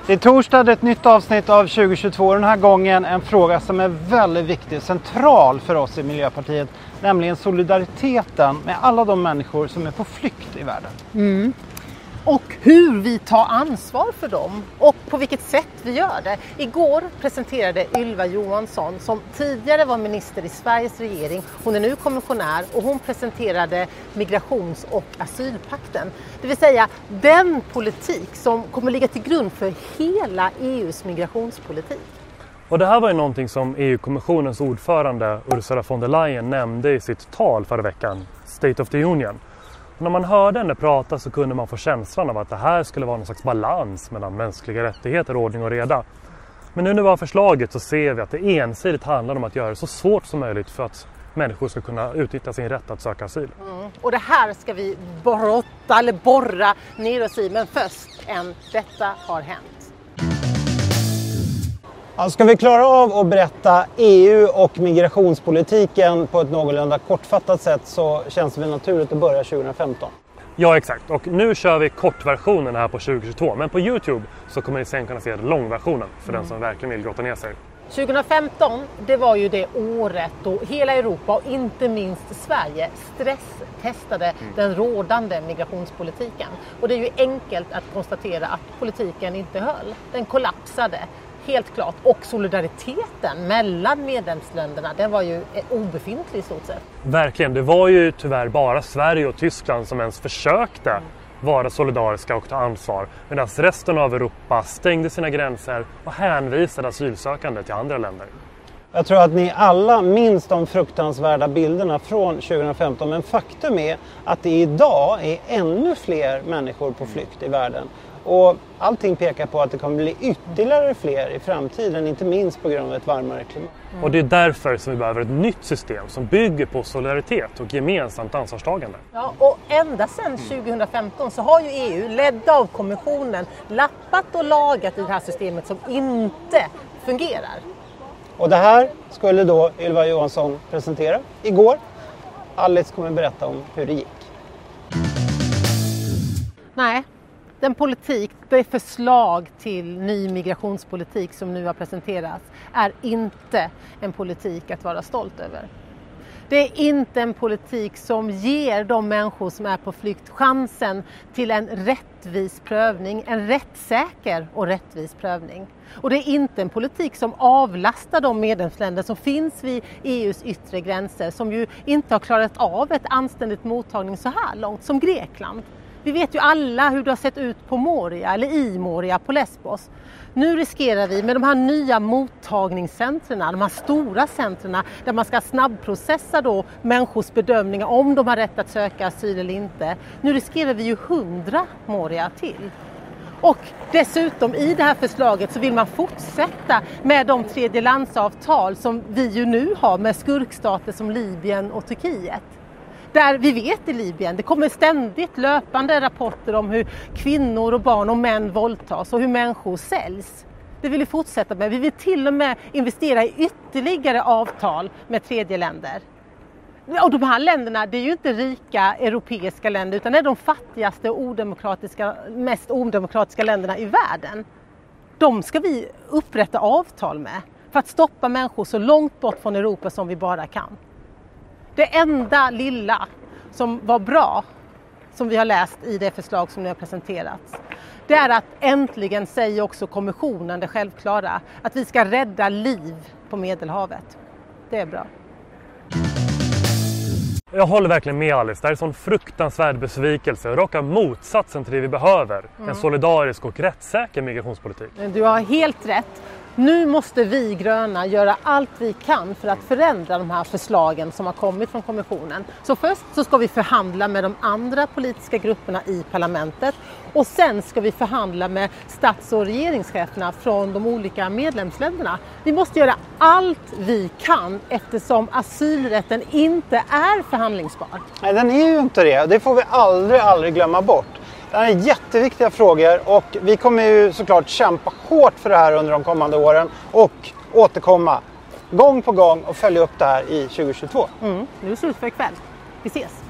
Det är torsdag, ett nytt avsnitt av 2022. Den här gången en fråga som är väldigt viktig, central för oss i Miljöpartiet. Nämligen solidariteten med alla de människor som är på flykt i världen. Och hur vi tar ansvar för dem och på vilket sätt vi gör det. Igår presenterade Ylva Johansson, som tidigare var minister i Sveriges regering, hon är nu kommissionär, och hon presenterade migrations- och asylpakten. Det vill säga den politik som kommer ligga till grund för hela EUs migrationspolitik. Och det här var ju någonting som EU-kommissionens ordförande Ursula von der Leyen nämnde i sitt tal förra veckan, State of the Union. Och när man hörde henne prata så kunde man få känslan av att det här skulle vara någon slags balans mellan mänskliga rättigheter, ordning och reda. Men nu när vi har förslaget så ser vi att det ensidigt handlar om att göra det så svårt som möjligt för att människor ska kunna utnyttja sin rätt att söka asyl. Och det här ska vi borra ner oss i, men först än detta har hänt. Ja, ska vi klara av att berätta EU och migrationspolitiken på ett någorlunda kortfattat sätt så känns det naturligt att börja 2015. Ja, exakt. Och nu kör vi kortversionen här på 2022. Men på YouTube så kommer ni sen kunna se långversionen för den som verkligen vill grotta ner sig. 2015, det var ju det året då hela Europa och inte minst Sverige stresstestade den rådande migrationspolitiken. Och det är ju enkelt att konstatera att politiken inte höll. Den kollapsade. Helt klart. Och solidariteten mellan medlemsländerna, den var ju obefintlig i stort sett. Verkligen. Det var ju tyvärr bara Sverige och Tyskland som ens försökte vara solidariska och ta ansvar. Medan resten av Europa stängde sina gränser och hänvisade asylsökande till andra länder. Jag tror att ni alla minns de fruktansvärda bilderna från 2015. Men faktum är att det idag är ännu fler människor på flykt i världen. Och allting pekar på att det kommer bli ytterligare fler i framtiden, inte minst på grund av ett varmare klimat. Och det är därför som vi behöver ett nytt system som bygger på solidaritet och gemensamt ansvarstagande. Ja, och ända sedan 2015 så har ju EU, ledd av kommissionen, lappat och lagat i det här systemet som inte fungerar. Och det här skulle då Ylva Johansson presentera igår. Alice kommer berätta om hur det gick. Nej. Det förslag till ny migrationspolitik som nu har presenterats är inte en politik att vara stolt över. Det är inte en politik som ger de människor som är på flykt chansen till en rättvis prövning, en rättssäker och rättvis prövning. Och det är inte en politik som avlastar de medlemsländer som finns vid EUs yttre gränser, som ju inte har klarat av ett anständigt mottagning så här långt som Grekland. Vi vet ju alla hur det har sett ut på Moria eller i Moria på Lesbos. Nu riskerar vi med de här nya mottagningscentrerna, de här stora centrerna där man ska snabbprocessa då människors bedömningar om de har rätt att söka asyl eller inte. Nu riskerar vi ju 100 Moria till. Och dessutom i det här förslaget så vill man fortsätta med de tredjelandsavtal som vi ju nu har med skurkstater som Libyen och Turkiet. Där vi vet i Libyen, det kommer ständigt löpande rapporter om hur kvinnor och barn och män våldtas och hur människor säljs. Det vill vi fortsätta med. Vi vill till och med investera i ytterligare avtal med tredje länder. Och de här länderna, det är ju inte rika europeiska länder utan det är de fattigaste och mest odemokratiska länderna i världen. De ska vi upprätta avtal med för att stoppa människor så långt bort från Europa som vi bara kan. Det enda lilla som var bra, som vi har läst i det förslag som nu har presenterats, det är att äntligen säger också kommissionen det självklara, att vi ska rädda liv på Medelhavet. Det är bra. Jag håller verkligen med Alice. Det här är en sån fruktansvärd besvikelse. Raka motsatsen till det vi behöver. En solidarisk och rättssäker migrationspolitik. Du har helt rätt. Nu måste vi gröna göra allt vi kan för att förändra de här förslagen som har kommit från kommissionen. Så först så ska vi förhandla med de andra politiska grupperna i parlamentet och sen ska vi förhandla med stats- och regeringscheferna från de olika medlemsländerna. Vi måste göra allt vi kan eftersom asylrätten inte är förhandlingsbar. Nej, den är ju inte det. Det får vi aldrig glömma bort. Det här är jätteviktiga frågor och vi kommer ju såklart kämpa hårt för det här under de kommande åren och återkomma gång på gång och följa upp det här i 2022. Nu är det slut för ikväll. Vi ses!